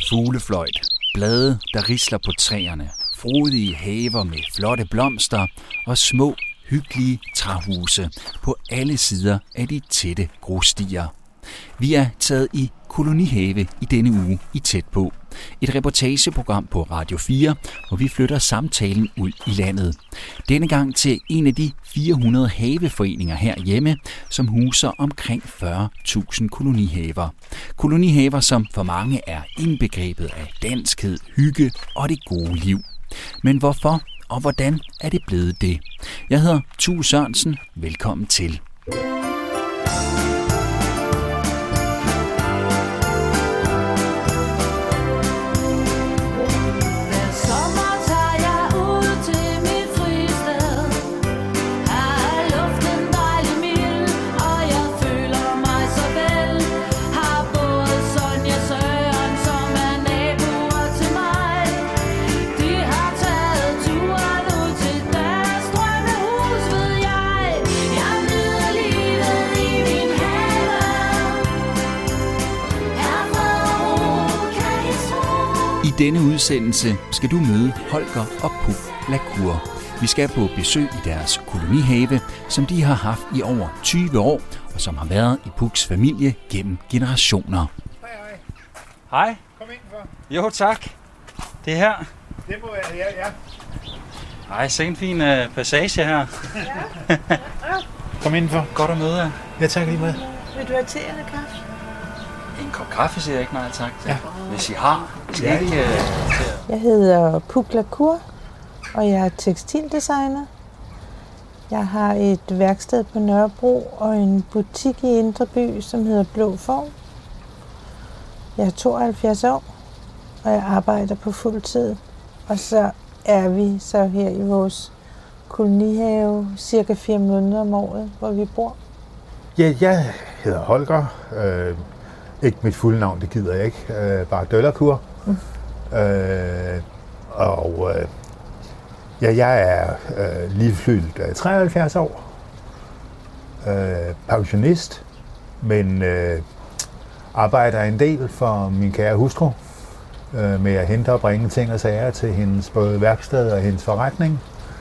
Fuglefløjt, blade, der risler på træerne, frodige haver med flotte blomster og små, hyggelige træhuse på alle sider af de tætte grusstier. Vi er taget i kolonihave i denne uge i Tæt på. Et reportageprogram på Radio 4, hvor vi flytter samtalen ud i landet. Denne gang til en af de 400 haveforeninger herhjemme, som huser omkring 40.000 kolonihaver. Kolonihaver, som for mange er indbegrebet af danskhed, hygge og det gode liv. Men hvorfor og hvordan er det blevet det? Jeg hedder Tue Sørensen. Velkommen til. I denne udsendelse skal du møde Holger og Puk Lacour. Vi skal på besøg i deres kolonihave, som de har haft i over 20 år, og som har været i Puks familie gennem generationer. Hej. Hej. Kom indenfor. Jo, tak. Det er her. Det må være, ja. Ej, se en fin passage her. Ja. Kom indenfor. Godt at møde jer. Ja, tak lige med. Vil du have te eller kaffe? En kop kaffe siger jeg ikke nej tak til. Ja. Hvis I har. Ja. Jeg hedder Puk Lacour, og jeg er tekstildesigner. Jeg har et værksted på Nørrebro og en butik i Indre By, som hedder Blå Form. Jeg er 72 år, og jeg arbejder på fuld tid. Og så er vi så her i vores kolonihave cirka 4 måneder om året, hvor vi bor. Ja, jeg hedder Holger. Ikke mit fulde navn, det gider jeg ikke. Bare Lacour. Jeg er lige fyldt 73 år. Pensionist, men arbejder en del for min kære hustru med at hente og bringe ting og sager til hendes både værksted og hendes forretning.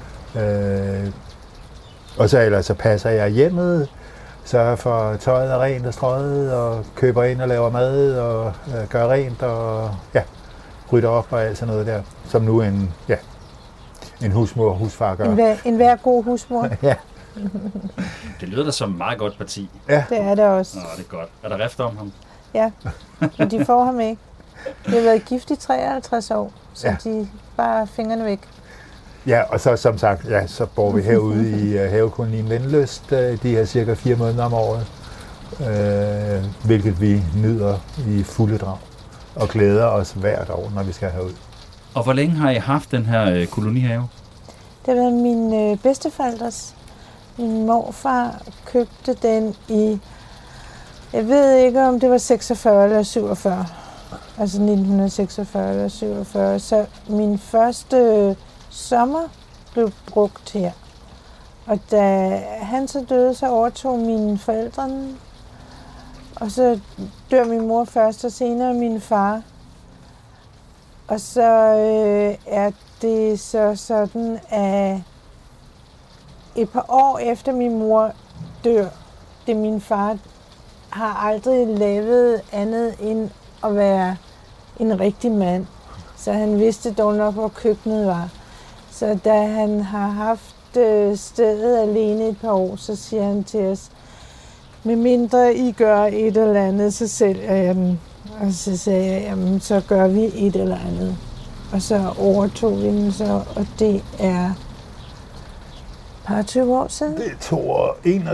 Og så ellers så passer jeg hjemmet, sørger for tøjet er rent og strøget, og køber ind og laver mad og gør rent og rydder op og alt sådan noget der, som nu en husmor og husfar gør. En hver god husmor. Ja. Det lyder da som et meget godt parti. Ja. Det er det også. Nå, det er godt. Er der rift om ham? Ja, men de får ham ikke. De har været gift i 53 år, så de bare fingrene væk. Ja, og så som sagt, så bor vi herude i havekolonien Vendeløst de her cirka 4 måneder om året, hvilket vi nyder i fulde drag og glæder os hvert år, når vi skal herud. Og hvor længe har I haft den her kolonihave? Det har været min bedsteforældres. Min morfar købte den i, jeg ved ikke om det var 46 eller 47, altså 1946 eller 47, så min første sommer blev brugt her. Og da han så døde, så overtog mine forældre, og så dør min mor først, og senere min far. Og så er det så sådan, at et par år efter min mor dør, det min far har aldrig lavet andet end at være en rigtig mand. Så han vidste dog nok, hvor køkkenet var. Så da han har haft stedet alene et par år, så siger han til os, medmindre I gør et eller andet, så sælger jeg den. Og så sagde jeg, jamen så gør vi et eller andet. Og så overtog vi den så, og det er par 20 år siden. Det er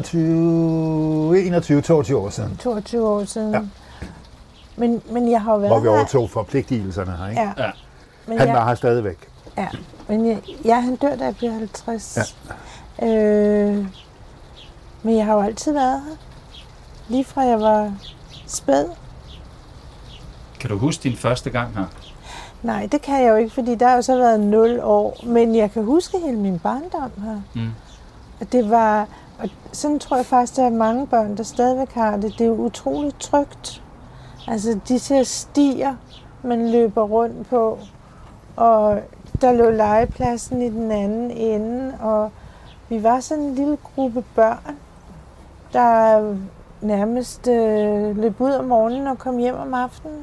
22 år siden. 22 år siden. Ja. Men jeg har været hvor vi overtog forpligtelserne her, ikke? Ja. Men han var her stadigvæk. Ja, men han dør, da jeg bliver 50. Ja. Men jeg har jo altid været her. Lige fra jeg var spæd. Kan du huske din første gang her? Nej, det kan jeg jo ikke, fordi der har jo så været 0 år. Men jeg kan huske hele min barndom her. Mm. Og det var, og sådan tror jeg faktisk, der er mange børn, der stadigvæk har det. Det er jo utroligt trygt. Altså de ser stier man løber rundt på. Og der lå legepladsen i den anden ende, og vi var sådan en lille gruppe børn, der nærmest løb ud om morgenen og kom hjem om aftenen.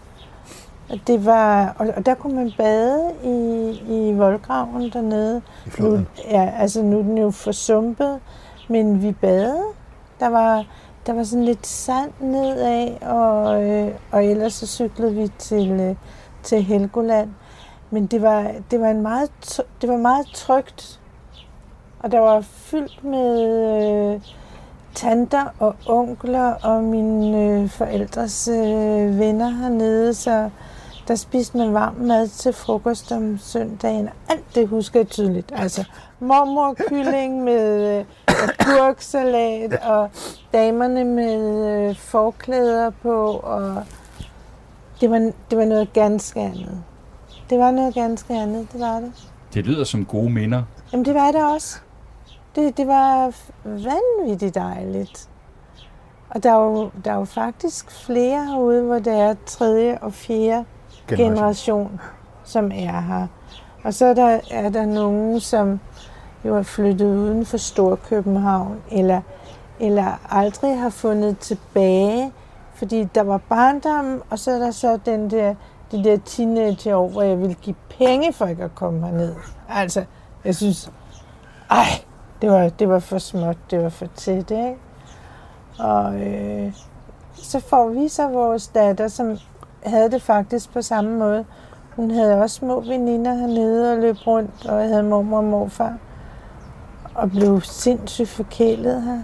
Og der kunne man bade i voldgraven dernede. I floden? Nu er den jo forsumpet, men vi badede. Der var sådan lidt sand nedad, og ellers så cyklede vi til Helgoland. Men det var meget trygt, og der var fyldt med tanter og onkler og mine forældres venner hernede, så der spiste man varm mad til frokost om søndagen. Alt det husker jeg tydeligt. Altså mormorkylling med agurksalat og damerne med forklæder på, og det var noget ganske andet. Det var noget ganske andet, det var det. Det lyder som gode minder. Jamen det var det også. Det var vanvittigt dejligt. Og der er jo faktisk flere herude, hvor det er 3. og 4. generation, som er her. Og så er der nogen, som jo er flyttet uden for Storkøbenhavn, eller aldrig har fundet tilbage, fordi der var barndom, og så er der så de der teenageår, hvor jeg ville give penge for ikke at komme herned. Altså, jeg synes, det var for småt, det var for tæt, ikke? Og så får vi så vores datter, som havde det faktisk på samme måde. Hun havde også små veninder hernede og løb rundt, og jeg havde mormor og morfar, og blev sindssygt forkælet her.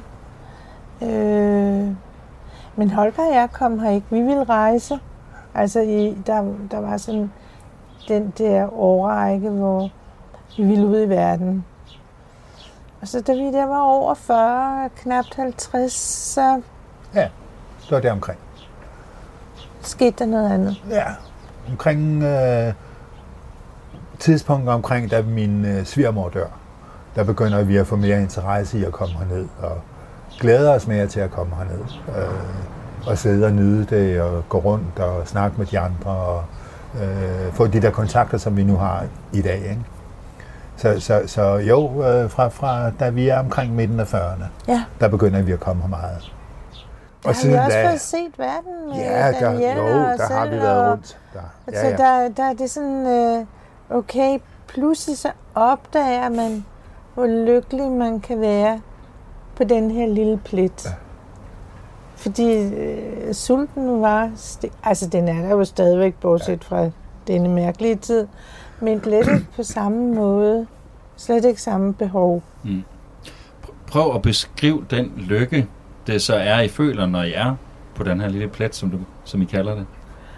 Men Holger og jeg kom her ikke. Vi ville rejse. Altså, der var sådan den der årrække, hvor vi ville ud i verden. Og så da vi der var over 40, knapt 50, så... Ja, det var der omkring. Skete der noget andet? Ja, omkring tidspunktet omkring, da min svigermor dør, der begynder vi at få mere interesse i at komme herned, og glæder os mere til at komme herned. Og sidde og nyde det, og gå rundt og snakke med de andre, og få de der kontakter, som vi nu har i dag, ikke? Så jo, fra da vi er omkring midten af 40'erne, ja, der begynder vi at komme her meget. Der har vi også fået set verden med Danielle og der har vi været rundt. Der er det sådan, okay, pludselig så opdager man, hvor lykkelig man kan være på den her lille plet. Ja. Fordi sulten var... Altså, den er der jo stadigvæk, bortset fra denne mærkelige tid. Men slet ikke på samme måde. Slet ikke samme behov. Mm. Prøv at beskrive den lykke, det så er, I føler, når I er på den her lille plet, som I kalder det.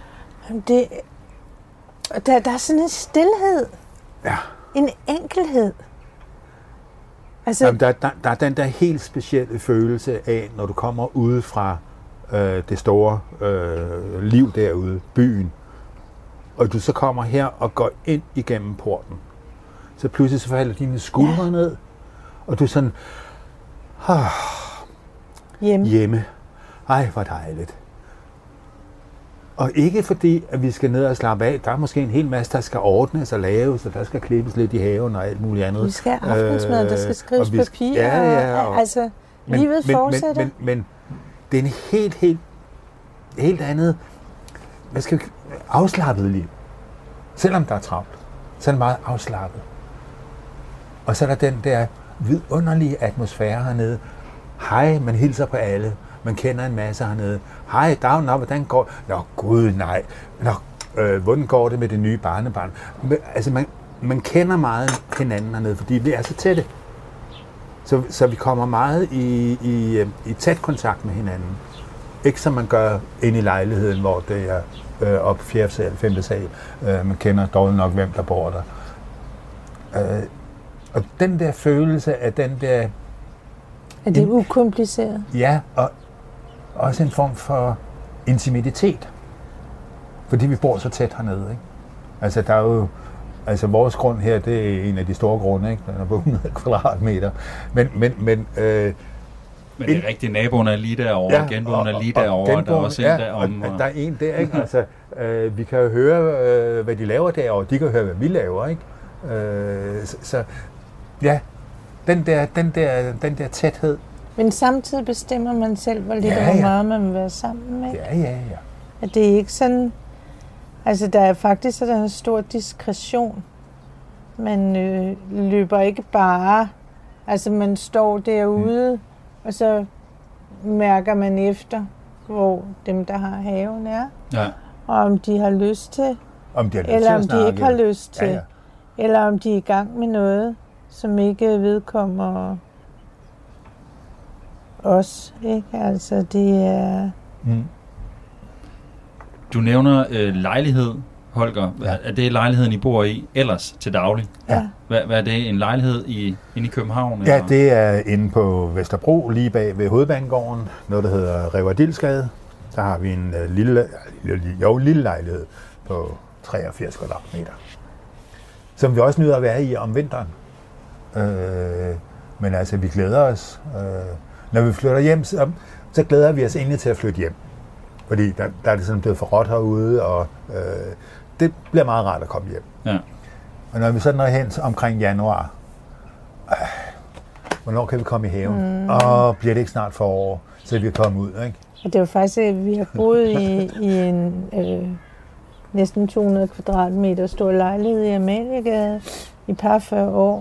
Der er sådan en stilhed. Ja. En enkelhed. Altså, jamen, der er den der helt specielle følelse af, når du kommer ude fra det store liv derude, byen, og du så kommer her og går ind igennem porten. Så pludselig så falder dine skuldre ned, og du er sådan, hjemme. Ej, hvor dejligt. Og ikke fordi, at vi skal ned og slappe af. Der er måske en hel masse, der skal ordnes og laves, og der skal klippes lidt i haven og alt muligt andet. Vi skal have aftensmad, der skal skrives papir. Ja. Altså, livet fortsætter. Men det er en helt andet, afslappet liv. Selvom der er travlt, så er det meget afslappet. Og så er der den der vidunderlige atmosfære hernede. Hej, man hilser på alle. Man kender en masse hernede. Hej, dag, hvordan går det? Nå, gud, nej. Nå, hvordan går det med det nye barnebarn? Altså, man kender meget hinanden hernede, fordi vi er så tætte. Så vi kommer meget i tæt kontakt med hinanden. Ikke som man gør inde i lejligheden, hvor det er op 4. sal, 5. sal. Man kender dårligt nok, hvem der bor der. Og den der følelse af den der... Er det ukompliceret? Ja, og også en form for intimitet. Fordi vi bor så tæt hernede, ikke? Altså, der er jo... Altså, vores grund her, det er en af de store grunde, ikke? Den er på 100 kvadratmeter. Men Men det er rigtigt, naboen er lige derovre, genboen er lige derovre, og der er også en derom. Der er en der, ikke? Altså, vi kan jo høre, hvad de laver derovre, de kan høre, hvad vi laver, ikke? Så ja, den der tæthed. Men samtidig bestemmer man selv, hvor lidt og hvor meget man vil være sammen med. Ja. At det er ikke sådan... Altså, der er faktisk sådan en stor diskretion. Man løber ikke bare... Altså, man står derude, og så mærker man efter, hvor dem, der har haven er. Ja. Og om de har lyst til, eller om de ikke har lyst til. Ja. Eller om de er i gang med noget, som ikke vedkommer os. Ikke? Altså, det er... Du nævner lejlighed, Holger. Er det lejligheden, I bor i ellers til daglig? Ja. Hvad er det? En lejlighed inde i København? Ja, eller? det er inde på Vesterbro, lige bag ved Hovedbanegården. Noget, der hedder Reverdilsgade. Der har vi en lille lejlighed på 83 kvadratmeter. Som vi også nyder at være i om vinteren. Men altså, vi glæder os. Når vi flytter hjem, så glæder vi os egentlig til at flytte hjem. Fordi der er det sådan blevet for råt herude, og det bliver meget rart at komme hjem. Ja. Og når vi så når hen omkring januar, hvornår kan vi komme i haven? Og bliver det ikke snart forår, så vi kan komme ud, ikke? Og det er jo faktisk, at vi har boet i en næsten 200 kvadratmeter stor lejlighed i Amaliegade i par 40 år.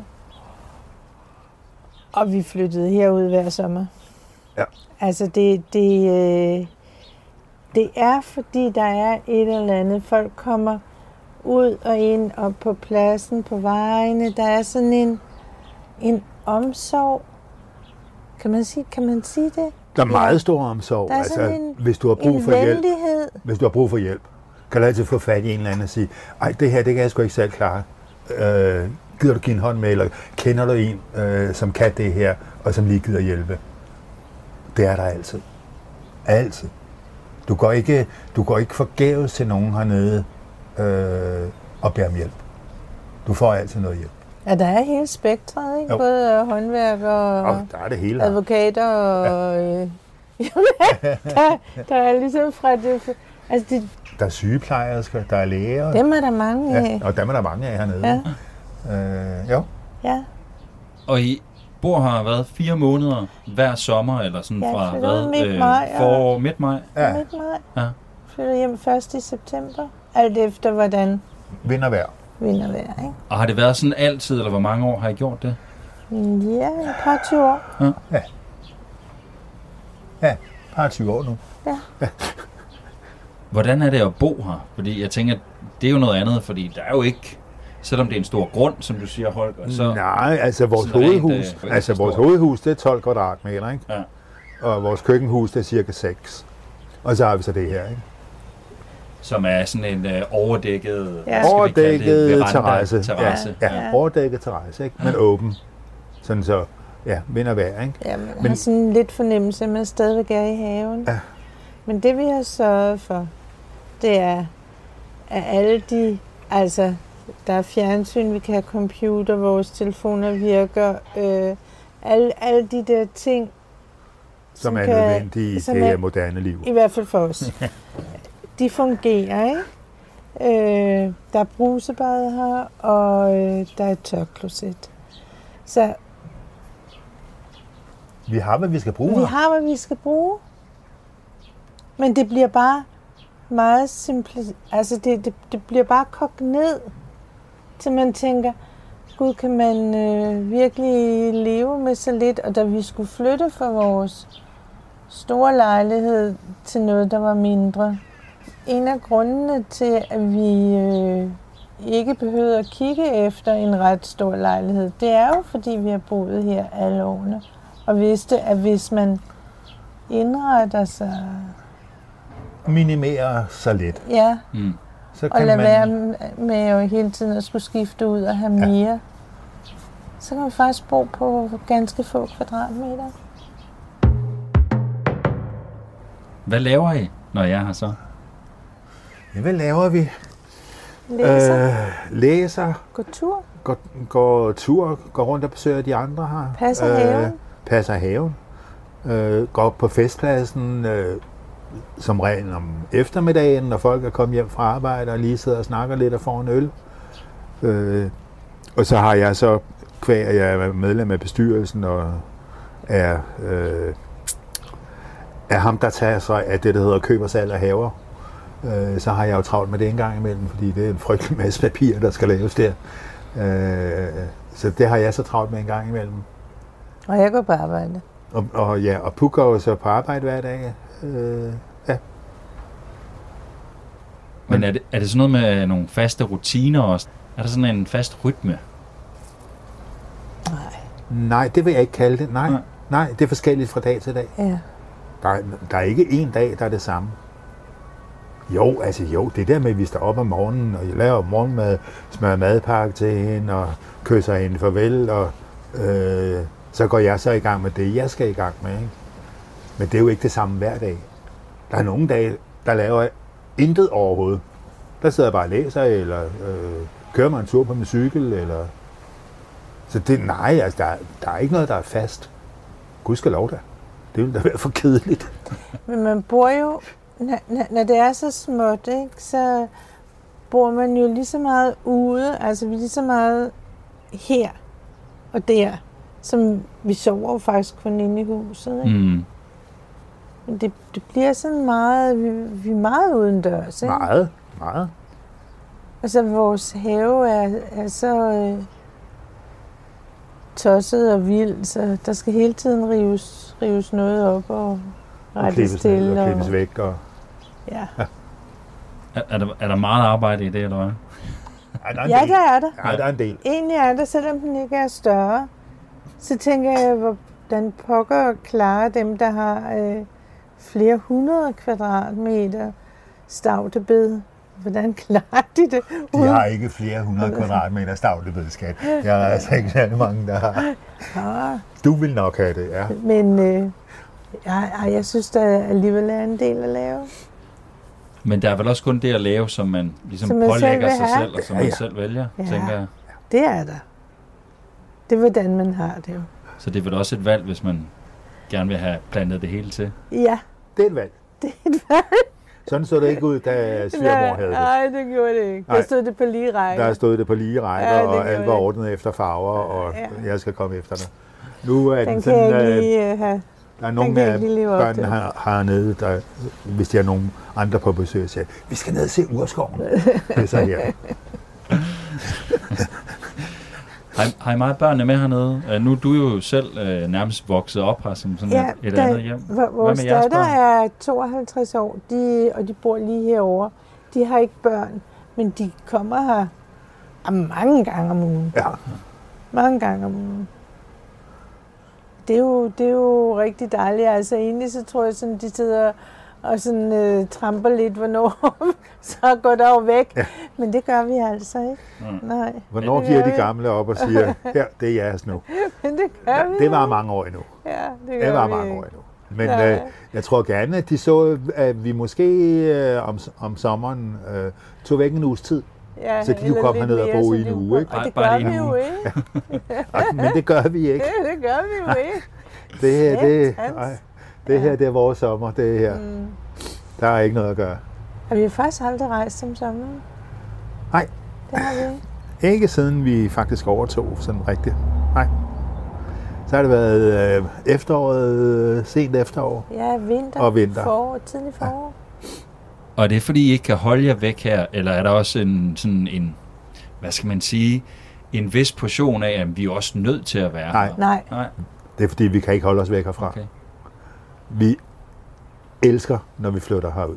Og vi flyttede herud hver sommer. Ja. Altså det er, fordi der er et eller andet. Folk kommer ud og ind og på pladsen, på vejene. Der er sådan en omsorg. Kan man sige det? Der er meget stor omsorg. Der er altså, hvis du har brug for hjælp. Hvis du har brug for hjælp, kan du altid få fat i en eller anden og sige, ej, det her, det kan jeg sgu ikke selv klare. Gider du give en hånd med, eller kender du en, som kan det her, og som lige gider hjælpe? Det er der altid. Altid. Du går ikke forgæves til nogen hernede og beder om hjælp. Du får altid noget hjælp. Ja, der er hele spektret, ikke? Jo. Både håndværkere og der er det hele advokater og... der er ligesom fra det... Altså der er sygeplejersker, der er læger. Dem er der mange af. Ja, og dem er der mange af hernede. Ja. Jo. Ja. Og I bor her været 4 måneder hver sommer, eller sådan fra hvad? Midt maj. Ja. Midt maj. Ja. Flytter hjem 1. i september. Alt efter hvordan... Vind og vejr, ikke? Og har det været sådan altid, eller hvor mange år har I gjort det? Ja, et par 20 år. Ja, et par 20 år nu. Ja. Hvordan er det at bo her? Fordi jeg tænker, det er jo noget andet, fordi der er jo ikke... Selvom det er en stor grund, som du siger, Holger, så... Nej, altså vores hovedhus, det er 12 kvadratmeter, ikke? Ja. Og vores køkkenhus, det er cirka 6. Og så har vi så det her, ikke? Som er sådan en overdækket... Overdækket terrasse. Ja, overdækket terrasse, ikke? Men åben. Sådan så, vind og vejr, ikke? Ja, man har sådan lidt fornemmelse, at man stadigvæk er i haven. Ja. Men det vi har sørget for, det er, at alle de... Altså, der er fjernsyn, vi kan have computer, vores telefoner virker. Alle de der ting, som er nødvendige i det her moderne liv. I hvert fald for os. De fungerer, ikke? Der er brusebad her, og der er et tørkloset. Så vi har, hvad vi skal bruge. Vi har, hvad vi skal bruge. Men det bliver bare meget simpelt. Altså, det bliver bare kogt ned, til man tænker, gud, kan man virkelig leve med så lidt? Og da vi skulle flytte fra vores store lejlighed til noget, der var mindre. En af grundene til, at vi ikke behøvede at kigge efter en ret stor lejlighed, det er jo, fordi vi har boet her alle årene. Og vidste, at hvis man indretter sig... Minimere sig lidt. Ja, så og lade være med jo hele tiden at skulle skifte ud og have mere. Så kan man faktisk bo på ganske få kvadratmeter. Hvad laver I, når jeg er her så? Ja, hvad laver vi? Læser. Går tur. Går tur, går rundt og besøger de andre her. Passer haven. Passer haven. Går op på festpladsen, som regel om eftermiddagen, når folk er kommet hjem fra arbejde og lige sidder og snakker lidt og får en øl. Og så har jeg så, kvæg jeg er medlem af bestyrelsen og er ham, der tager sig af det, der hedder køb og salg af haver. Så har jeg jo travlt med det en gang imellem, fordi det er en frygtelig masse papir, der skal laves der. Så det har jeg så travlt med en gang imellem. Og jeg går på arbejde. Og Puk går jo så på arbejde hver dag. Ja. Men er det sådan noget med nogle faste rutiner også? Er der sådan en fast rytme? Nej, det vil jeg ikke kalde det. Nej, det er forskelligt fra dag til dag. Ja. Der er ikke en dag, der er det samme. Jo, det der med, at vi står op om morgenen, og jeg laver morgenmad, smører madpakke til hende, og kysser hende farvel, og så går jeg så i gang med det, jeg skal i gang med. Ikke? Men det er jo ikke det samme hver dag. Der er nogle dage, der laver jeg intet overhovedet. Der sidder jeg bare og læser, eller kører mig en tur på min cykel, eller... Så det, der er ikke noget, der er fast. Gud skal lov da. Det ville da være for kedeligt. Men man bor jo, når det er så småt, ikke, så bor man jo lige så meget ude, altså vi er lige så meget her og der, som vi sover jo faktisk kun inde i huset. Ikke? Mm. Men det bliver sådan meget, vi er meget udendørs. Ikke? Meget. Altså vores have er så tosset og vild, så der skal hele tiden rives noget op og rettes til. Og klippes væk. Og... Ja. Er der meget arbejde i det, eller hvad? Ja, der er der. Ja, der er en del. Egentlig er der, selvom den ikke er større. Så tænker jeg, hvordan pokker klarer dem, der har flere 100 kvadratmeter stavtebed. Hvordan klarer de det? De har ikke flere 100 kvadratmeter stavtebed, skat. Jeg er altså ikke særlig mange, der har. Ja. Du vil nok have det, ja. Men jeg synes, der alligevel er en del at lave. Men der er vel også kun det at lave, som man ligesom pålægger sig selv, og som man selv vælger, tænker jeg. Det er der. Det er, hvordan man har det jo. Så det er vel også et valg, hvis man gerne vil have plantet det hele til? Ja. Det er et valg. Det er et valg. Sådan så det ikke ud, da svigermor havde det. Nej, det gjorde det ikke. Der stod det på lige rækker. Der stod det på lige rækker, og alt var ordnet efter farver, og jeg skal komme efter det. Nu er den sådan, der er nogle af børnene hernede, der, hvis de har nogle andre på besøg, siger, vi skal ned og se urskoven. Det er så her. Har I meget børnene med hernede? Nu er du jo selv nærmest vokset op her som sådan et andet hjem. Vores datter er 52 år, og de bor lige herovre. De har ikke børn, men de kommer her mange gange om ugen. Ja. Mange gange om ugen. Det er jo rigtig dejligt. Altså egentlig så tror jeg, sådan, de sidder og sådan tramper lidt, hvornår så går der jo væk. Ja. Men det gør vi altså ikke. Nej. Hvornår giver de gamle op og siger, her, det er jeres nu. Men det gør vi. Det var mange år endnu. Ja, det var mange år endnu. Men jeg tror gerne, at de så, at vi måske om sommeren tog væk en uges tid. Ja, så de kunne komme herned og bo i en uge. Ikke? Og det gør vi jo ikke. Men det gør vi ikke. Det gør vi jo ikke. Det her, det er vores sommer, det her. Der er ikke noget at gøre. Har vi faktisk aldrig rejst om sommeren? Nej. Det har vi ikke. Ikke siden vi faktisk overtog sådan rigtigt. Nej. Så har det været efteråret, sent efterår. Ja, vinter. Og vinter. Forår, tidlig forår. Ja. Og er det fordi I ikke kan holde jer væk her, eller er der også en hvad skal man sige, en vis portion af, at vi er også nødt til at være her? Nej. Det er fordi, vi kan ikke holde os væk herfra. Okay. Vi elsker, når vi flytter herud.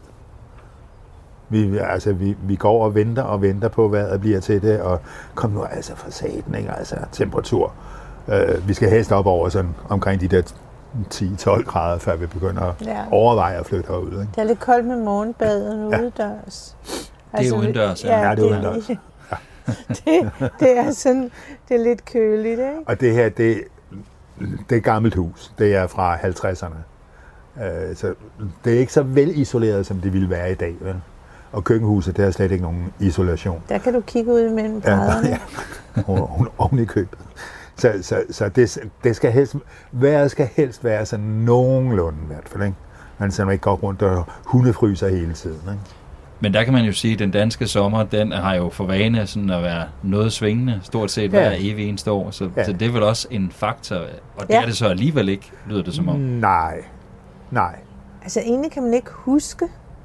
Vi går og venter på, hvad der bliver til det, og kom nu altså for satan, ikke? Altså temperatur. Vi skal helst op over sådan omkring de der 10-12 grader, før vi begynder at overveje at flytte herud. Ikke? Det er lidt koldt med morgenbaden udendørs. Det er udendørs, ja. Det er udendørs. Det er sådan, det er lidt køligt, ikke? Og det her, det er et gammelt hus. Det er fra 50'erne. Så det er ikke så vel isoleret, som det ville være i dag, vel? Og køkkenhuset, der er slet ikke nogen isolation. Der kan du kigge ud imellem brædderne. Ja, oven i købet. Så det skal helst, vejret skal helst være sådan nogenlunde i hvert fald, ikke? Man så ikke går rundt og hundefryser hele tiden, ikke? Men der kan man jo sige, at den danske sommer, den har jo for vane sådan at være noget svingende, stort set hver evig eneste år. Så det er vel også en faktor, og det er det så alligevel ikke, lyder det som om. Nej. Altså egentlig kan man ikke huske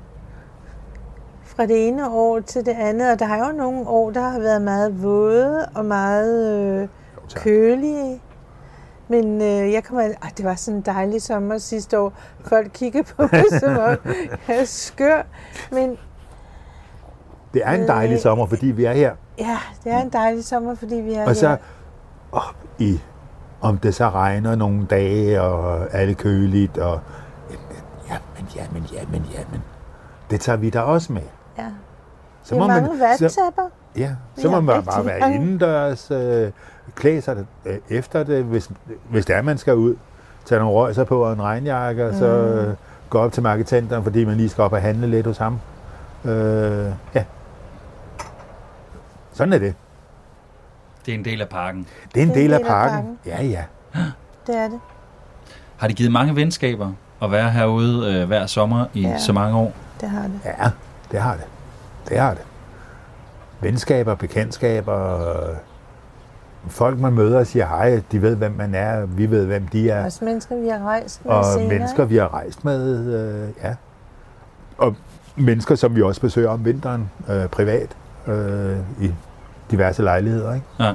fra det ene år til det andet, og der har jo nogle år, der har været meget våde og meget kølige. Men jeg kommer, det var sådan en dejlig sommer sidste år. Folk kigger på mig, som om jeg er skør. Men det er en dejlig sommer, fordi vi er her. Ja, det er en dejlig sommer, fordi vi er her. Og så om det så regner nogle dage, og er det køligt, og jamen. Det tager vi da også med. Ja. Så det er mange vattæpper. Så må man bare være indendørs, klæde sig efter det, hvis det er, man skal ud. Tage nogle røjser på og en regnjakke, og så gå op til marketenteren, fordi man lige skal op og handle lidt hos ham. Sådan er det. Det er en del af parken. Det er en del af parken. Ja. Det er det. Har det givet mange venskaber at være herude hver sommer i så mange år? Det har det. Ja, det har det. Venskaber, bekendtskaber, folk man møder og siger hej, de ved hvem man er, vi ved hvem de er. Også mennesker vi har rejst med og senere. mennesker vi har rejst med, og mennesker som vi også besøger om vinteren privat i diverse lejligheder, ikke? Ja.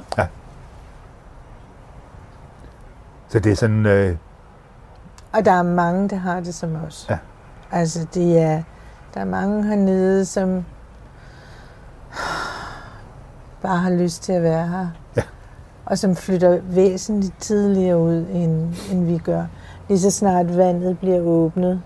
Så det er sådan. Og der er mange, der har det som os. Ja. Altså der er mange hernede, som bare har lyst til at være her. Ja. Og som flytter væsentligt tidligere ud, end vi gør. Lige så snart vandet bliver åbnet,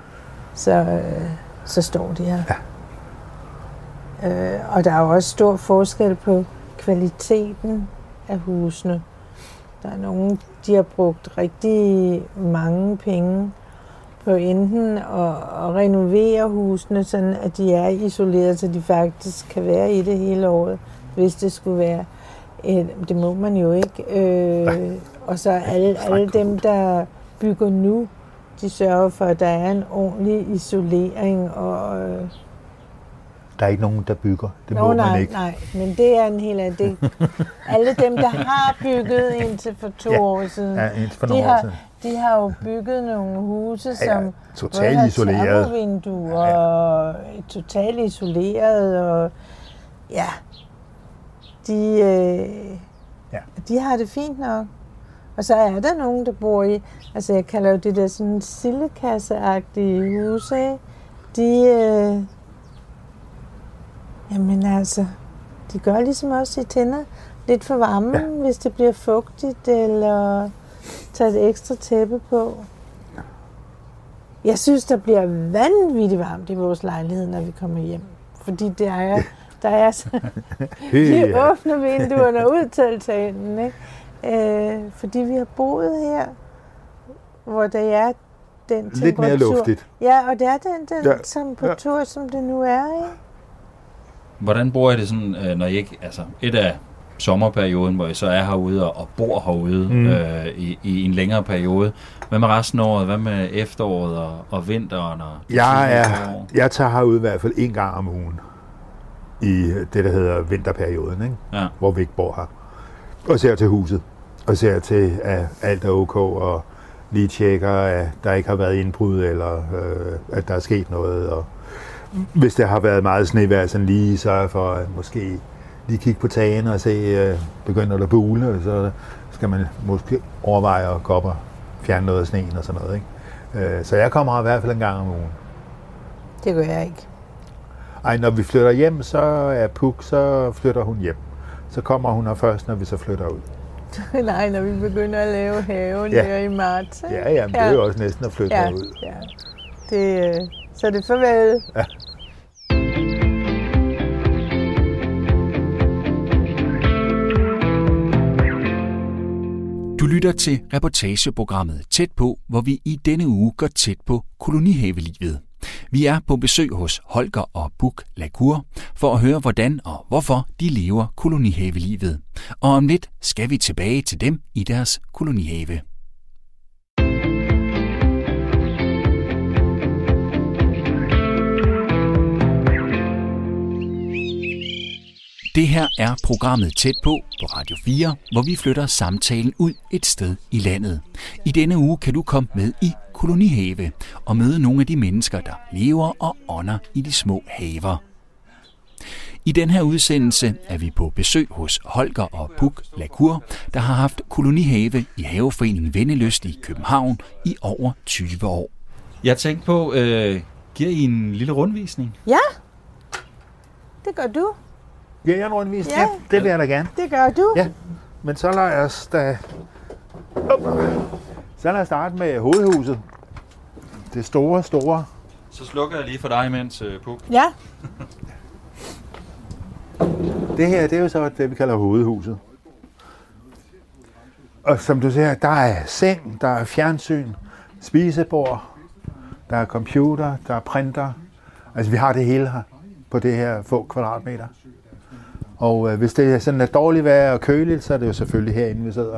så står de her. Ja. Og der er jo også stor forskel på kvaliteten af husene. Der er nogen, de har brugt rigtig mange penge på enten at renovere husene, sådan at de er isoleret, så de faktisk kan være i det hele året, hvis det skulle være. Det må man jo ikke. Og så alle dem, der bygger nu, de sørger for, at der er en ordentlig isolering. Og der er ikke nogen, der bygger. Det må man ikke. Nej, men det er en helt anden. Alle dem, der har bygget indtil for 2 år siden, de har jo bygget nogle huse, som totalt isoleret. Termovinduer og totalt isoleret. Og de har det fint nok. Og så er der nogen, der bor i, altså jeg kalder jo det der sådan sildekasseagtige huse, jamen altså, de gør ligesom også, de tænder lidt for varmen, hvis det bliver fugtigt, eller tager et ekstra tæppe på. Jeg synes, der bliver vanvittigt varmt i vores lejlighed, når vi kommer hjem. Fordi der er så de åbner vinduerne ud til altanen, ikke? Fordi vi har boet her, hvor der er den temperatur. Lidt mere luftigt. Ja, og det er den temperatur, som det nu er, ikke? Hvordan bruger I det sådan, når I ikke, altså et af sommerperioden, hvor I så er herude og bor herude i en længere periode. Hvad med resten af året? Hvad med efteråret og vinteren? Jeg tager herude i hvert fald 1 gang om ugen i det, der hedder vinterperioden, ikke? Ja. Hvor vi ikke bor her. Og ser til huset. Og ser til, at alt er ok, og lige tjekker, at der ikke har været indbrud, eller at der er sket noget. Og hvis der har været meget snevejr, sådan lige sørge for at måske lige kigge på tagene og se, begynder der bule, så skal man måske overveje at gå op og fjerne noget af sneen og sådan noget, ikke? Så jeg kommer her i hvert fald 1 gang om ugen. Det gør jeg ikke. Ej, når vi flytter hjem, så er Puk, så flytter hun hjem. Så kommer hun her først, når vi så flytter ud. Nej, når vi begynder at lave haven der i marts. Ja, det er jo også næsten at flytte ud. Ja. Så det er farvel. Ja. Du lytter til reportageprogrammet Tæt på, hvor vi i denne uge går tæt på kolonihavelivet. Vi er på besøg hos Holger og Puk Lacour for at høre, hvordan og hvorfor de lever kolonihavelivet. Og om lidt skal vi tilbage til dem i deres kolonihave. Det her er programmet Tæt på Radio 4, hvor vi flytter samtalen ud et sted i landet. I denne uge kan du komme med i kolonihave og møde nogle af de mennesker, der lever og ånder i de små haver. I den her udsendelse er vi på besøg hos Holger og Puk Lacour, der har haft kolonihave i Haveforeningen Vennelyst i København i over 20 år. Jeg tænkte på, giver I en lille rundvisning? Ja, det gør du. Ja, jeg en rundvisning. Ja, det vil jeg da gerne. Det gør du. Ja, men så lader jeg starte med hovedhuset. Det store. Så slukker jeg lige for dig imens, Puk. Ja. Det her, det er jo så det, vi kalder hovedhuset. Og som du ser, der er seng, der er fjernsyn, spisebord, der er computer, der er printer. Altså, vi har det hele her på det her få kvadratmeter. Og hvis det er sådan et dårligt vejr og køligt, så er det jo selvfølgelig herinde, vi sidder.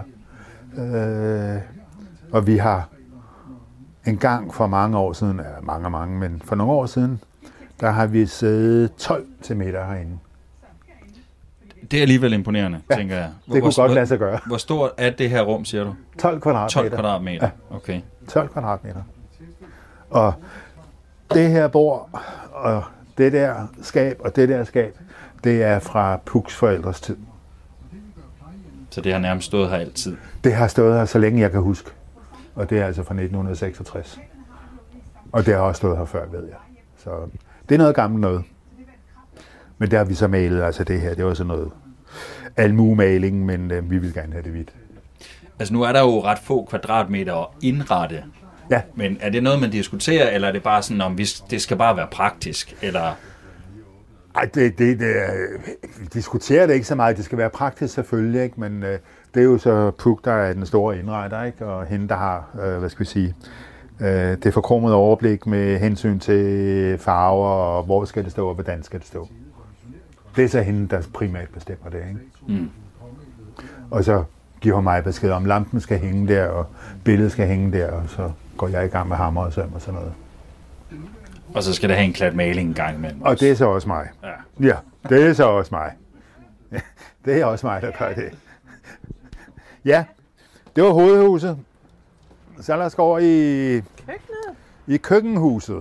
Og vi har en gang for mange år siden, men for nogle år siden, der har vi siddet 12 til middag herinde. Det er alligevel imponerende, tænker jeg. Det kunne godt lade sig gøre. Hvor stort er det her rum, siger du? 12 kvadratmeter. 12 kvadratmeter, ja. Okay. 12 kvadratmeter. Og det her bord, og det der skab, og det der skab, det er fra Puks forældres tid. Så det har nærmest stået her altid? Det har stået her, så længe jeg kan huske. Og det er altså fra 1966. Og det har også stået her før, ved jeg. Så det er noget gammelt noget. Men der har vi så malet, altså det her, det var sådan noget almuemaling, men vi vil gerne have det hvidt. Altså nu er der jo ret få kvadratmeter at indrette. Ja. Men er det noget, man diskuterer, eller er det bare sådan, om det skal bare være praktisk, eller... Ej, vi diskuterer det ikke så meget. Det skal være praktisk selvfølgelig, ikke? Men det er jo så Puk, der er den store indretter, ikke? Og hende, der har, det forkromede overblik med hensyn til farver, og hvor skal det stå, og hvordan skal det stå. Det er så hende, der primært bestemmer det, ikke? Mm. Og så giver mig besked om, lampen skal hænge der, og billedet skal hænge der, og så går jeg i gang med hammer og søm og sådan noget. Og så skal der have en klat maling en gang imellem. Og det er så også mig. Ja, det er så også mig. Det er også mig, der gør det. Ja, det var hovedhuset. Så lad os gå over i køkkenhuset.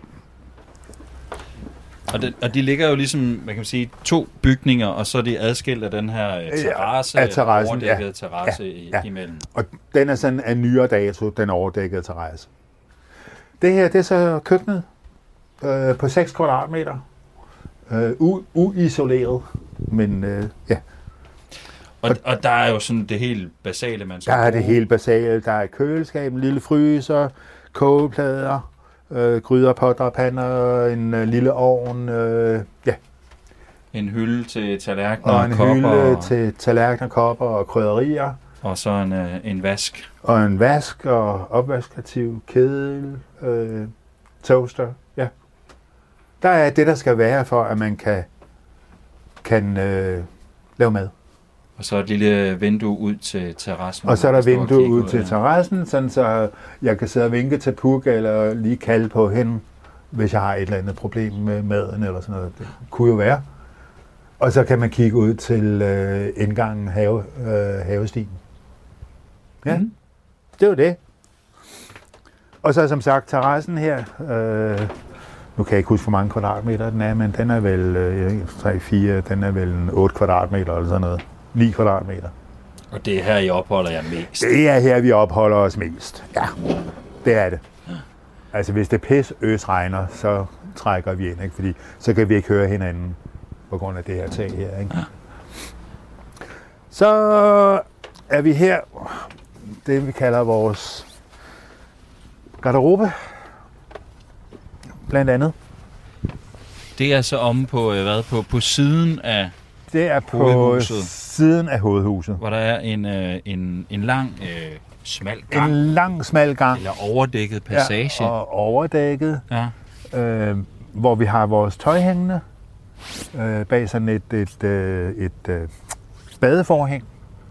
Og de ligger jo ligesom, man kan sige, 2 bygninger, og så er de adskilt af den her terrasse, overdækket terrasse imellem. Og den er sådan af nyere dato, den overdækkede terrasse. Det her, det er så køkkenet på 6 kvadratmeter. Uisoleret, men ja. Og der er jo sådan det helt basale, man skal bruge. Der er det helt basale. Der er køleskab, en lille fryser, kogeplader, gryder, potter, pander, en lille ovn, ja. En hylde til tallerkener og kopper. Og en hylde til tallerkener, kopper og krydderier. Og så en vask. Og en vask og opvaskestativ, kedel, toaster, ja. Der er det, der skal være for, at man kan lave mad. Og så et lille vindue ud til terrassen. Og så er der vindue ud til terrassen, sådan så jeg kan sidde og vinke til Puk, eller lige kalde på hende, hvis jeg har et eller andet problem med maden, eller sådan noget. Det kunne jo være. Og så kan man kigge ud til indgangen havestien. Ja, det var det. Og så som sagt, terrassen her, nu kan jeg ikke huske, hvor mange kvadratmeter den er, men den er vel 3-4, den er vel 8 kvadratmeter eller sådan noget. 9 kvadratmeter. Og det er her, I opholder jer mest? Det er her, vi opholder os mest. Ja, det er det. Ja. Altså, hvis det regner, så trækker vi ind, ikke? Fordi så kan vi ikke høre hinanden på grund af det her tag her, ikke? Ja. Så er vi her, det vi kalder vores garderobe, blandt andet. Det er så omme på, på siden af det er på siden af hovedhuset. Hvor der er en lang, smal gang. En lang, smal gang. Eller overdækket passage. Ja, og overdækket. Ja. hvor vi har vores tøj hængende bag sådan et badeforhæng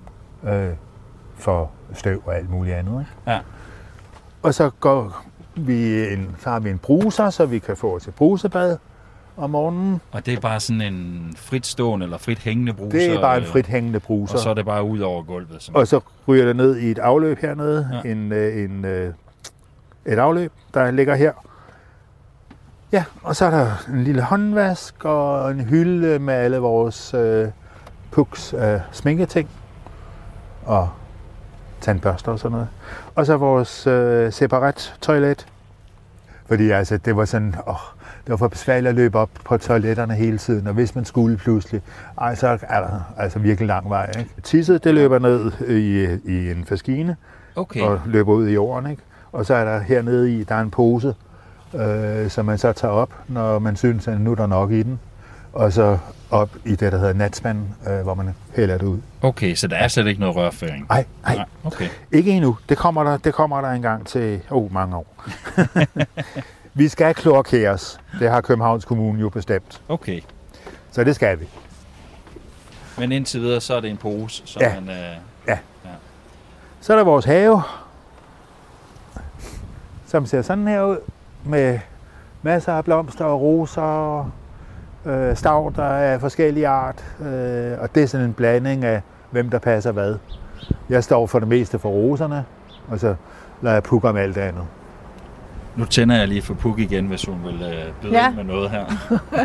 for støv og alt muligt andet. Ikke? Ja. Og så har vi en bruser, så vi kan få til brusebad om morgenen. Og det er bare sådan en fritstående eller frit hængende bruser? Det er bare en frit hængende bruser. Og så er det bare ud over gulvet? Og så ryger det ned i et afløb hernede. Ja. Et afløb, der ligger her. Ja, og så er der en lille håndvask og en hylde med alle vores Puks sminketing og tandbørster og sådan noget. Og så vores separat toilet. Fordi altså, det var sådan, det var for besværligt at løbe op på toiletterne hele tiden, og hvis man skulle pludselig, så er der altså virkelig lang vej. Ikke? Tisset, det løber ned i en faskine, og løber ud i jorden. Ikke? Og så er der hernede der er en pose, som man så tager op, når man synes, at nu er der nok i den. Og så op i det, der hedder natspanden, hvor man hælder det ud. Okay, så der er slet ikke noget rørføring? Nej. Okay. Ikke endnu. Det kommer der en gang til mange år. Vi skal kloakeres. Det har Københavns Kommune jo bestemt. Okay. Så det skal vi. Men indtil videre, så er det en pose, som man... Ja. Så er der vores have, som ser sådan her ud, med masser af blomster og roser, stauder af forskellige art, og det er sådan en blanding af, hvem der passer hvad. Jeg står for det meste for roserne, og så lader jeg Puk om alt andet. Nu tænder jeg lige for Puk igen, hvis hun vil byde ind med noget her.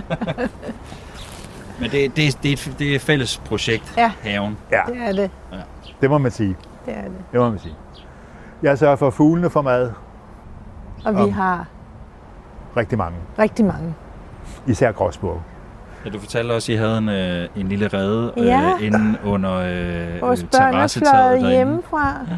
Men det er et fælles projekt, haven. Ja, det er det. Ja. Det må man sige. Det er det. Jeg sørger for, at fuglene får mad. Og vi har rigtig mange. Rigtig mange. Især gråspurve. Ja, du fortalte også, at I havde en lille rede inde under vores børn er fløjet hjemmefra. Ja.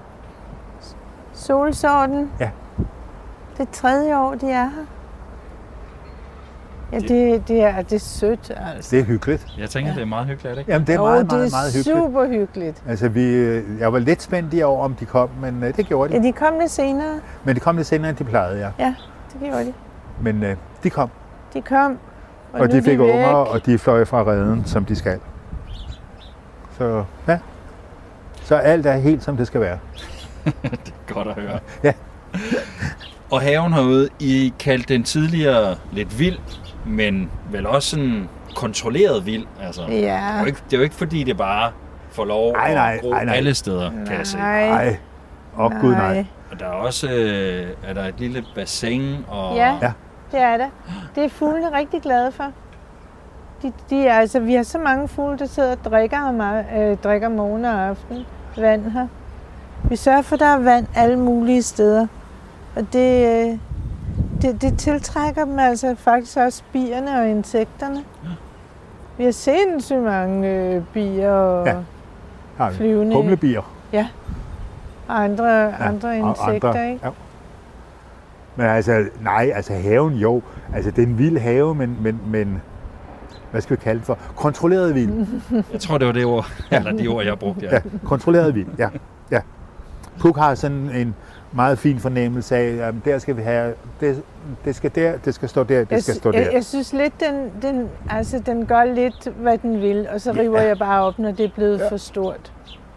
Solsorten. Ja. Det er 3. år, de er her. Ja, det er sødt, altså. Det er hyggeligt. Jeg tænker, det er meget hyggeligt, ikke? Jamen, det er meget hyggeligt. Super hyggeligt. Altså, jeg var lidt spændt i år, om de kom, men det gjorde de. Ja, de kom lidt senere. Men de kom lidt senere, end de plejede, ja. Ja, det gjorde de. Men de kom. De kom. Og de fik unger, og de fløj fra reden, som de skal. Så ja. Så alt er helt, som det skal være. Det er godt at høre. Ja. Og haven herude, I kaldte den tidligere lidt vild, men vel også sådan kontrolleret vild. Altså, ja. Det er jo ikke fordi, det bare får lov at gro alle steder, kan jeg se. Nej. Gud, nej. Og der er også er der et lille bassin. Og... Ja, det er der. Det er fuglene rigtig glade for. Altså, vi har så mange fugle, der sidder og drikker morgen og aften vand her. Vi sørger for, at der er vand alle mulige steder. Og det tiltrækker dem altså faktisk også bierne og insekterne. Ja. Vi har sindssygt mange bier og flyvende... humlebier. Ja. Og andre insekter, ikke? Ja. Men altså, haven jo. Altså, det er en vild have, men hvad skal vi kalde det for? Kontrolleret vild. Jeg tror, det var det ord, eller de ord, jeg brugte. Ja, kontrolleret vild, ja. Puk har sådan en meget fin fornemmelse af, at der skal vi have, det skal der, det skal stå der, det skal stå der. Jeg synes lidt, den gør lidt, hvad den vil, og så river jeg bare op, når det er blevet for stort.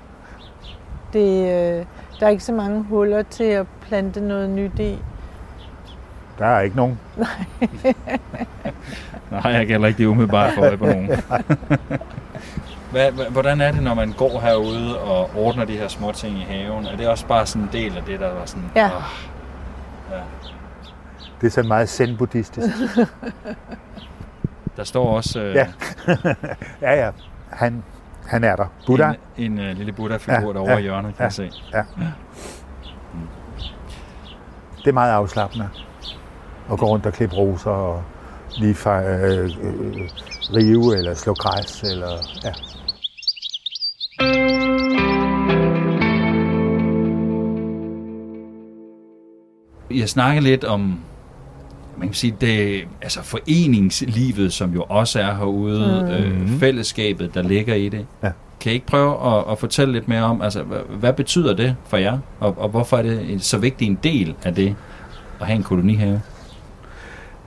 Der er ikke så mange huller til at plante noget nyt i. Der er ikke nogen. Nej, jeg kan heller ikke det umiddelbart for øje på nogen. Hvordan er det, når man går herude og ordner de her små ting i haven? Er det også bare sådan en del af det, der var sådan... Ja. Det er sådan meget zen-buddhistisk. Der står også... Ja. Han er der. Buddha. En lille Buddha-figur derovre i hjørnet, kan jeg se. Ja. Det er meget afslappende at gå rundt og klippe roser og lige rive eller slå græs. Eller, ja. Jeg snakker lidt om, man kan sige, det, altså foreningslivet, som jo også er herude, fællesskabet, der ligger i det. Ja. Kan I ikke prøve at fortælle lidt mere om, altså, hvad betyder det for jer, og hvorfor er det så vigtig en del af det at have en kolonihave?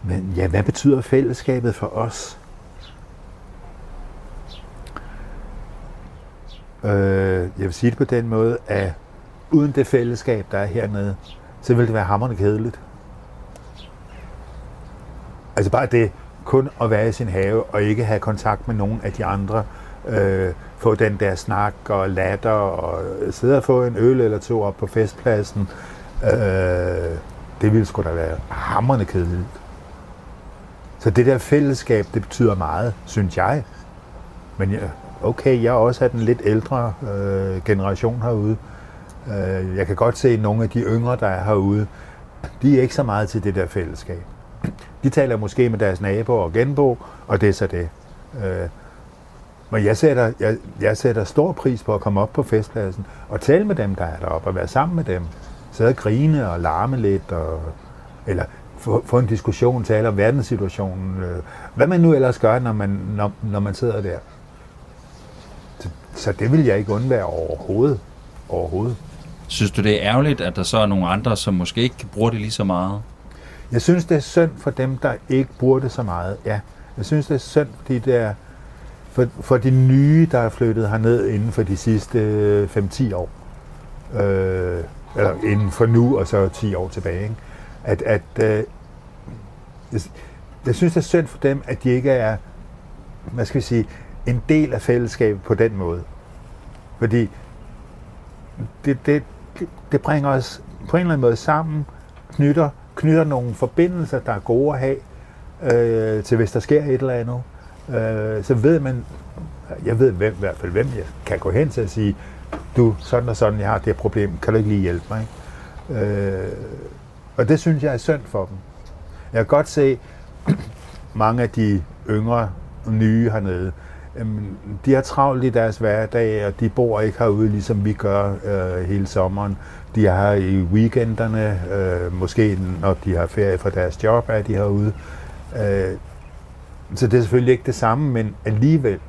Men ja, hvad betyder fællesskabet for os? Jeg vil sige det på den måde, at uden det fællesskab, der er hernede, så vil det være hamrende kedeligt. Altså bare det kun at være i sin have og ikke have kontakt med nogen af de andre, få den der snak og latter og sidde og få en øl eller to op på festpladsen, det ville sgu da være hamrende kedeligt. Så det der fællesskab, det betyder meget, synes jeg. Men okay, jeg er også af den lidt ældre generation herude. Jeg kan godt se, at nogle af de yngre, der er herude, de er ikke så meget til det der fællesskab. De taler måske med deres naboer og genbo, og det er så det. Men jeg sætter stor pris på at komme op på festpladsen og tale med dem, der er deroppe, og være sammen med dem. Sidde og grine og larme lidt, eller få en diskussion, tale om verdenssituationen. Hvad man nu ellers gør, når man sidder der. Så det vil jeg ikke undvære overhovedet. Synes du, det er ærgerligt, at der så er nogle andre, som måske ikke bruger det lige så meget? Jeg synes, det er synd for dem, der ikke bruger det så meget. Ja, jeg synes, det er synd, fordi det er for de nye, der er flyttet herned inden for de sidste 5-10 år. Eller inden for nu, og så 10 år tilbage. Ikke? Jeg synes, det er synd for dem, at de ikke er, hvad skal vi sige, en del af fællesskabet på den måde. Fordi det bringer os på en eller anden måde sammen, knytter nogle forbindelser, der er gode at have, til hvis der sker et eller andet. Så ved man, jeg ved i hvert fald, hvem jeg kan gå hen til at sige, du, sådan og sådan, jeg har det problem, kan du ikke lige hjælpe mig? Og det synes jeg er synd for dem. Jeg kan godt se, mange af de yngre nye hernede, de har travlt i deres hverdag, og de bor ikke herude, ligesom vi gør hele sommeren. De er her i weekenderne, måske når de har ferie fra deres job, er de herude. Så det er selvfølgelig ikke det samme, men alligevel,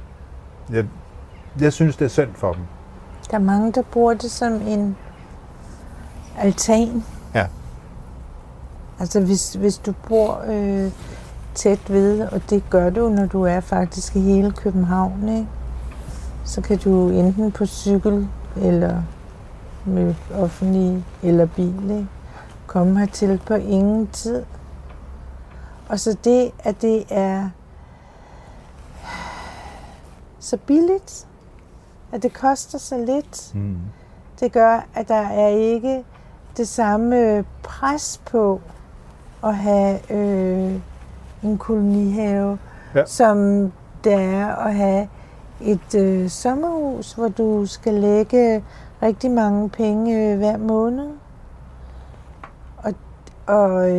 jeg synes, det er synd for dem. Der er mange, der bruger det som en altan. Ja. Altså hvis du bor tæt ved, og det gør du, når du er faktisk i hele København, ikke? Så kan du enten på cykel eller med offentlig eller bil, ikke? Komme hertil på ingen tid. Og så det, at det er så billigt, at det koster så lidt, det gør, at der er ikke det samme pres på at have en kolonihave, som det er at have et sommerhus, hvor du skal lægge rigtig mange penge hver måned. Og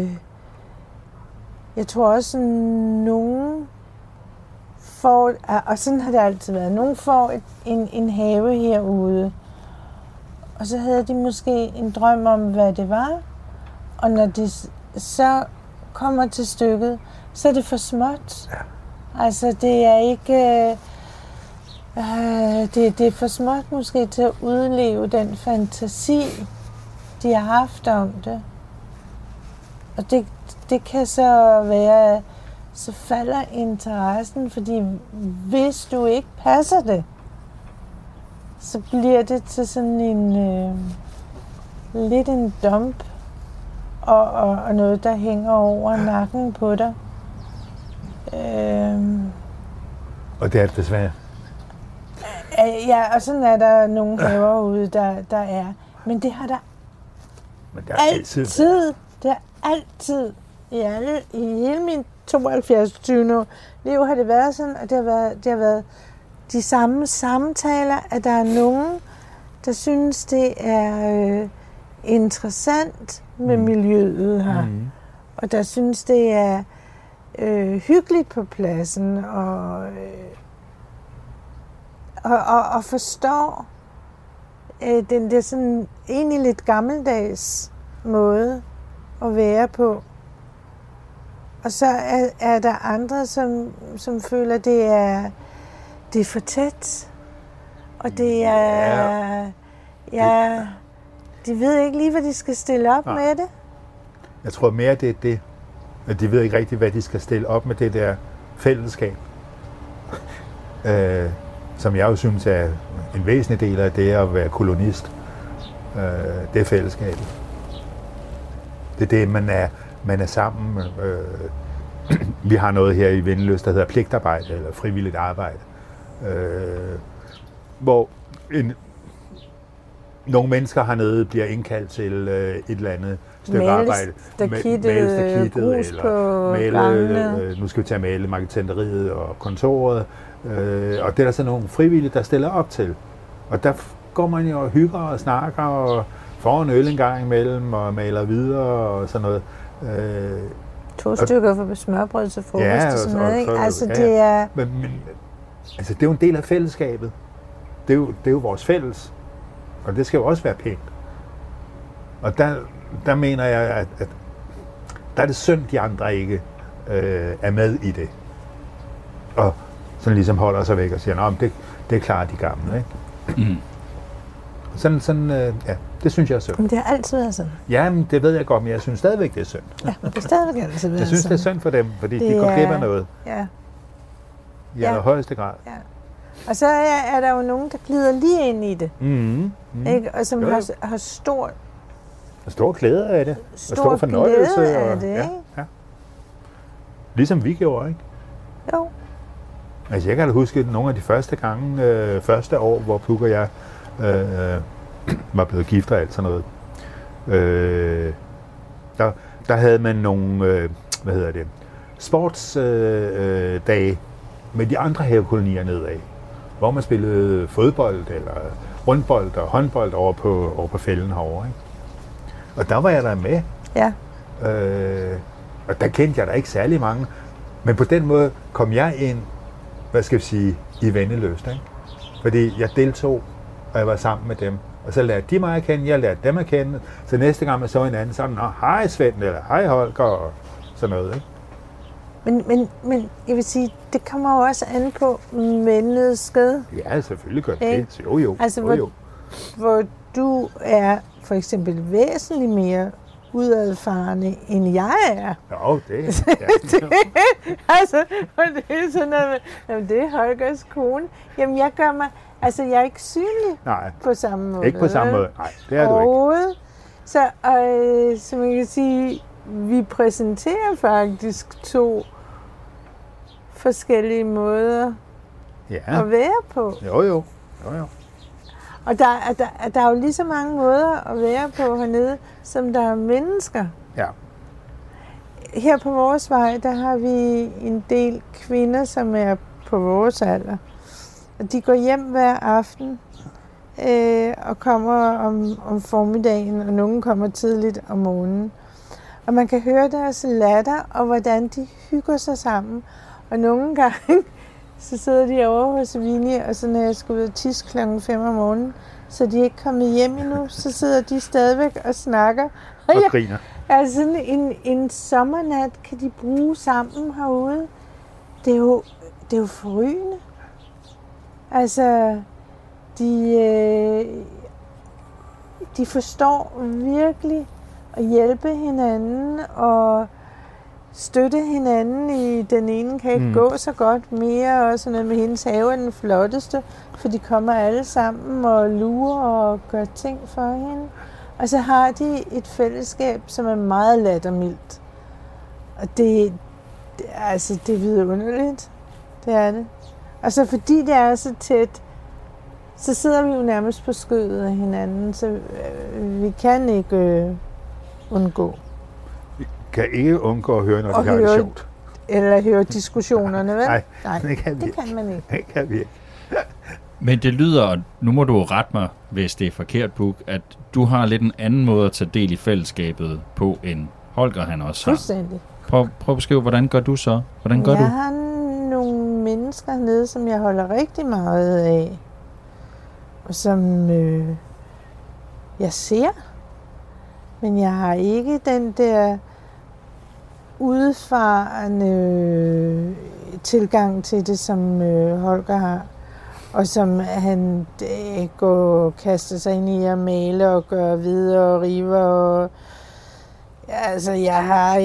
jeg tror også, at nogen får, og sådan har det altid været, nogen får en have herude, og så havde de måske en drøm om, hvad det var, og når de så kommer til stykket, så er det for småt. Ja. Altså, det er ikke... det er for småt måske til at udleve den fantasi, de har haft om det. Og det kan så være, så falder interessen, fordi hvis du ikke passer det, så bliver det til sådan en lidt en dump og noget, der hænger over nakken på dig. Og det er det desværre. Ja, og sådan er der nogle haver ude, der er. Men det har der altid. Det har altid. I hele min 72. liv har det været sådan, og det har været de samme samtaler, at der er nogen, der synes, det er interessant med miljøet her. Og der synes, det er hyggeligt på pladsen, og forstår den der sådan egentlig lidt gammeldags måde at være på. Og så er der andre, som føler, det er for tæt. Og det er... de ved ikke lige, hvad de skal stille op med det. Jeg tror mere, det er det. De ved ikke rigtigt, hvad de skal stille op med det der fællesskab, som jeg jo synes er en væsentlig del af det at være kolonist. Det er fællesskabet. Det er det, man er sammen. Vi har noget her i Vendeløs, der hedder pligtarbejde eller frivilligt arbejde, hvor nogle mennesker hernede bliver indkaldt til et eller andet stykke arbejde. Male grus på gangene. Nu skal vi til at male marketenderiet og kontoret. Og det er der så nogle frivillige, der stiller op til. Og der går man jo og hygger og snakker og får en øl en gang imellem og maler videre og sådan noget. 2 stykker for smørbrød til frokost og sådan noget, ikke? Altså, det er... Men altså, det er jo en del af fællesskabet. Det er jo vores fælles. Og det skal jo også være pænt. Og der mener jeg, at der er det synd, de andre ikke er med i det. Og sådan ligesom holder sig væk og siger, at det klarer de gamle, ikke? Mm. Det synes jeg er synd. Men det har altid været sådan. Ja, men det ved jeg godt, men jeg synes stadigvæk, det er synd. Ja, det er stadigvæk altid været. Jeg synes, det er synd for dem, fordi de går glip af noget. Ja. I allerhøjeste grad. Ja. Og så er der jo nogen, der glider lige ind i det. Ikke? Og som har stor glæde af det. Og stor fornøjelse. Glæde af det, ikke? Ja. Ligesom vi gjorde, ikke? Jo. Altså, jeg kan da huske nogle af de første år, hvor Puk og jeg var blevet gift og alt sådan noget. Der havde man nogle, sportsdage med de andre havekolonier nedad, hvor man spillede fodbold eller rundbold og håndbold over på fælden herovre, ikke? Og der var jeg der med. Ja. Og der kendte jeg da ikke særlig mange. Men på den måde kom jeg ind, i Vendeløst, ikke? Fordi jeg deltog, og jeg var sammen med dem. Og så lærte de mig at kende, jeg lærte dem at kende. Så næste gang man så hinanden sammen, hej Svend, eller hej Holger, og sådan noget, ikke? Men jeg vil sige, det kommer jo også an på mennesket. Ja, selvfølgelig gør det. Jo. Altså, hvor du er for eksempel væsentligt mere udadfarende, end jeg er. Jo, det er. Altså, og det er sådan noget med, jamen, det er Holgers kone. Jamen, jeg er ikke synlig. Nej, på samme måde. Ikke på samme måde. Nej, det er du ikke. Så man kan sige, vi præsenterer faktisk 2 forskellige måder at være på. Jo. Og der er jo lige så mange måder at være på hernede, som der er mennesker. Ja. Her på vores vej, der har vi en del kvinder, som er på vores alder. Og de går hjem hver aften og kommer om formiddagen, og nogen kommer tidligt om morgenen. Og man kan høre deres latter, og hvordan de hygger sig sammen. Og nogle gange, så sidder de over hos Vinnie, og så når jeg skal ud og tisse klokken 5 om morgenen, så de er ikke kommet hjem endnu, så sidder de stadigvæk og snakker. Og griner. Altså sådan en sommernat kan de bruge sammen herude. Det er jo forrygende. Altså, de forstår virkelig at hjælpe hinanden og støtte hinanden i, den ene kan ikke gå så godt mere, og sådan noget med hendes have er den flotteste, for de kommer alle sammen og lurer og gør ting for hende. Og så har de et fællesskab, som er meget lattermildt. Og det er vidunderligt. Det er det. Og så fordi det er så tæt, så sidder vi jo nærmest på skødet af hinanden, så vi kan ikke undgå. Vi kan ikke undgå at høre, når de har det sjovt. Eller høre diskussionerne, vel? Nej, det kan vi ikke. Det kan man ikke. Det kan vi ikke. Men det lyder, nu må du rette mig, hvis det er forkert, Puk, at du har lidt en anden måde at tage del i fællesskabet på, end Holger han også har. Fuldstændig. Prøv at beskrive, hvordan gør du så? Hvordan gør du? Jeg har nogle mennesker hernede, som jeg holder rigtig meget af, og som jeg ser, men jeg har ikke den der udfarende tilgang til det, som Holger har, og som han kaster sig ind i at male og gøre videre og rive og Ja, altså, jeg har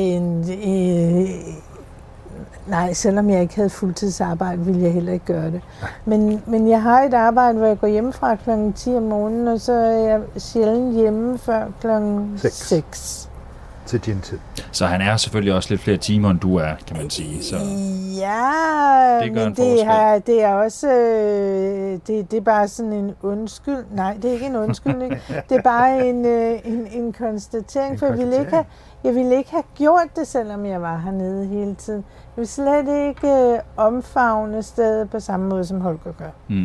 nej, selvom jeg ikke havde fuldtidsarbejde, ville jeg heller ikke gøre det. Men jeg har et arbejde, hvor jeg går hjemmefra kl. 10 om morgenen, og så er jeg sjældent hjemme før kl. 6. Til din tid. Så han er selvfølgelig også lidt flere timer, end du er, kan man sige. Så ja, det gør men det er også det er bare sådan en undskyld. Nej, det er ikke en undskyldning. Det er bare en konstatering, for jeg ville ikke have gjort det, selvom jeg var hernede hele tiden. Jeg ville slet ikke omfavne stedet på samme måde, som Holger gør. Mm.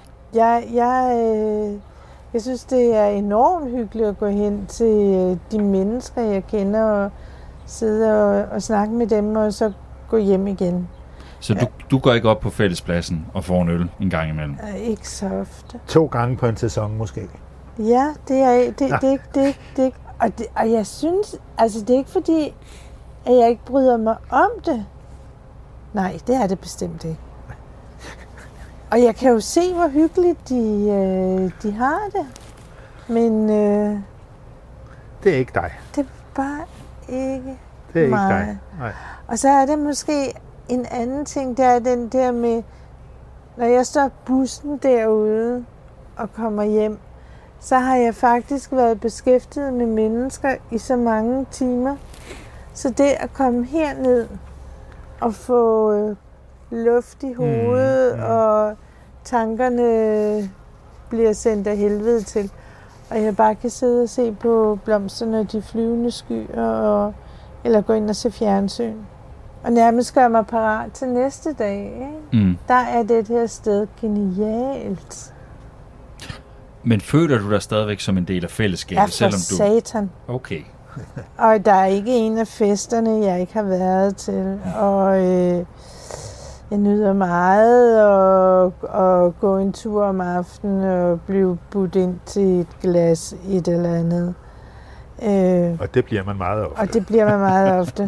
Jeg synes, det er enormt hyggeligt at gå hen til de mennesker, jeg kender, og sidde og snakke med dem, og så gå hjem igen. Så du går ikke op på fællespladsen og får en øl en gang imellem? Ikke så ofte. 2 gange på en sæson måske? Ja, det er ikke. Og jeg synes, altså det er ikke fordi, at jeg ikke bryder mig om det. Nej, det er det bestemt ikke. Og jeg kan jo se, hvor hyggeligt de har det. Men det er ikke dig. Det er bare ikke Det er mig. ikke dig. Nej. Og så er det måske en anden ting, det er den der med, når jeg står bussen derude og kommer hjem, så har jeg faktisk været beskæftiget med mennesker i så mange timer. Så det at komme herned og få luft i hovedet, og tankerne bliver sendt af helvede til, og jeg bare kan sidde og se på blomsterne og de flyvende skyer, eller gå ind og se fjernsyn. Og nærmest gør mig parat til næste dag. Ikke? Mm. Der er det her sted genialt. Men føler du dig stadigvæk som en del af fællesskabet? Ja, for satan. Okay. Og der er ikke en af festerne, jeg ikke har været til. Og jeg nyder meget at gå en tur om aftenen og blive budt ind til et glas et eller andet. Og det bliver man meget ofte. Og det bliver man meget ofte.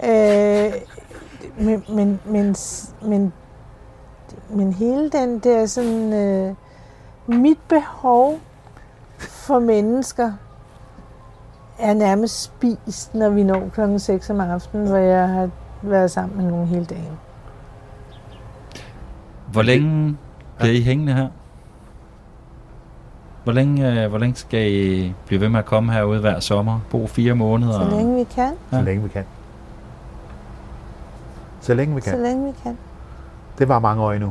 Men hele den der sådan... mit behov for mennesker er nærmest spist, når vi når klokken 6 om aftenen, hvor jeg har været sammen med nogen hele dagen. Hvor længe bliver I hængende her? Hvor længe skal I blive ved med at komme herude hver sommer? Bo 4 måneder? Så længe vi kan. Så længe vi kan. Så længe vi kan. Så længe vi kan. Det var mange år endnu.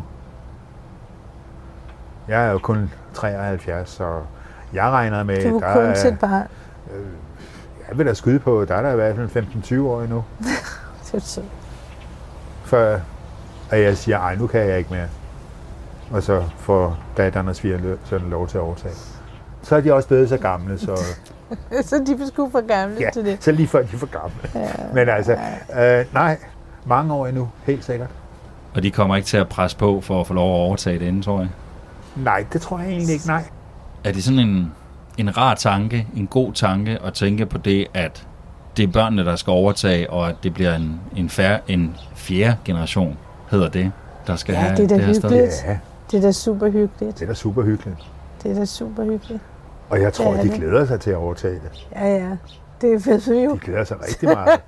Jeg er jo kun 73, så jeg regner med... Du er kun til et barn. Jeg vil da skyde på, der er der i hvert fald 15-20 år endnu. Det er så. Før at jeg siger, ej, nu kan jeg ikke mere. Og så får datteren og svigerløn lov til at overtage. Så er de også blevet så gamle, så... Så de er sgu for gamle til det. Så lige før de er for gamle. Ja, men altså, nej, mange år endnu, helt sikkert. Og de kommer ikke til at presse på for at få lov at overtage det inden, tror jeg? Nej, det tror jeg egentlig ikke, nej. Er det sådan en rar tanke, en god tanke at tænke på det, at det er børnene, der skal overtage, og at det bliver en fjerde generation, hedder det, der skal have det her hyggeligt. Ja, det er da super hyggeligt. Det er da super hyggeligt. Det er da super hyggeligt. Og jeg tror, de glæder sig til at overtage det. Ja, det ved vi jo. De glæder sig rigtig meget.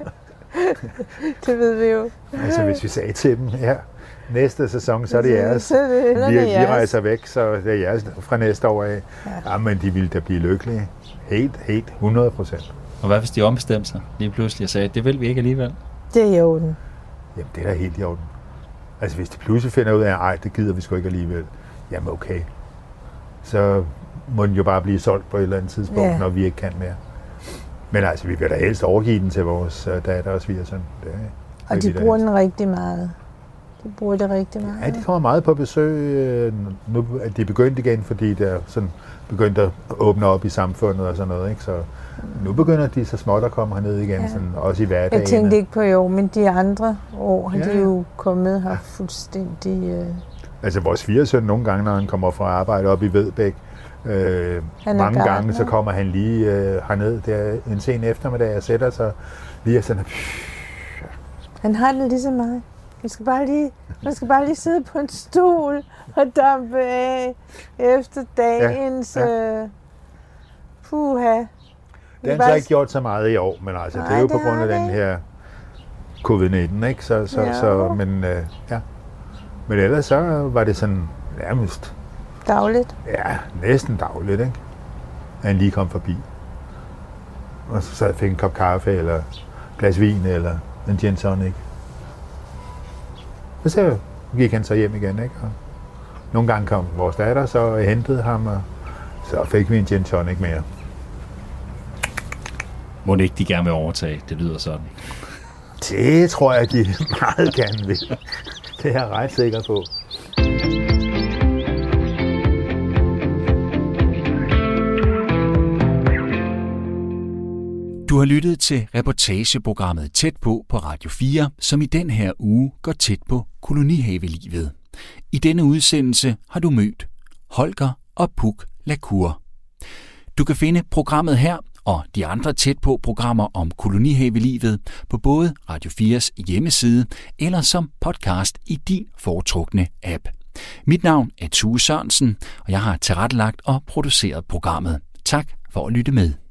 Det ved vi jo. Altså, hvis vi sagde til dem, ja, næste sæson, så er det jeres. Vi rejser væk, så det er jeres fra næste år af. Ja, men de ville da blive lykkelige. Helt 100%. Og hvad hvis de ombestemte sig lige pludselig og sagde, det vil vi ikke alligevel? Det er i orden. Jamen, det er da helt i orden. Altså, hvis de pludselig finder ud af, ej, det gider vi sgu ikke alligevel. Jamen, okay. Så må den jo bare blive solgt på et eller andet tidspunkt, når vi ikke kan mere. Men altså, vi vil da helst overgive den til vores datter og svigersøn. Og de bruger den rigtig meget. De bruger det rigtig meget. Ja, de kommer meget på besøg. Nu er de begyndt igen, fordi det er sådan begyndt at åbne op i samfundet og sådan noget, ikke? Så nu begynder de så småt at komme herned igen, sådan, også i hverdagen. Jeg tænkte ikke på i år, men de andre år har de jo kommet her fuldstændig... Altså vores svigersøn nogle gange, når han kommer fra arbejde op i Vedbæk, mange gange så kommer han lige herned der en sen eftermiddag og sætter sig lige sådan... Han har det ligesom mig. Man skal bare lige sidde på en stol og dampe af efter dagens puha. Det har så ikke gjort så meget i år, men altså, det er jo på grund af den her covid-19, ikke? Men ellers så var det sådan nærmest... Dagligt? Ja, næsten dagligt, ikke? At han lige kom forbi. Og så jeg fik en kop kaffe, eller et glas vin, eller en gin tonic. Og så gik han så hjem igen, ikke? Og nogle gange kom vores datter, så hentede ham, og så fik vi en gin tonic mere. Må det ikke de gerne vil overtage? Det lyder sådan. Det tror jeg, de meget gerne vil. Det er jeg ret sikker på. Du har lyttet til reportageprogrammet Tæt på Radio 4, som i den her uge går tæt på kolonihavelivet. I denne udsendelse har du mødt Holger og Puk Lacour. Du kan finde programmet her og de andre Tæt på programmer om kolonihavelivet på både Radio 4's hjemmeside eller som podcast i din foretrukne app. Mit navn er Tue Sørensen, og jeg har tilrettelagt og produceret programmet. Tak for at lytte med.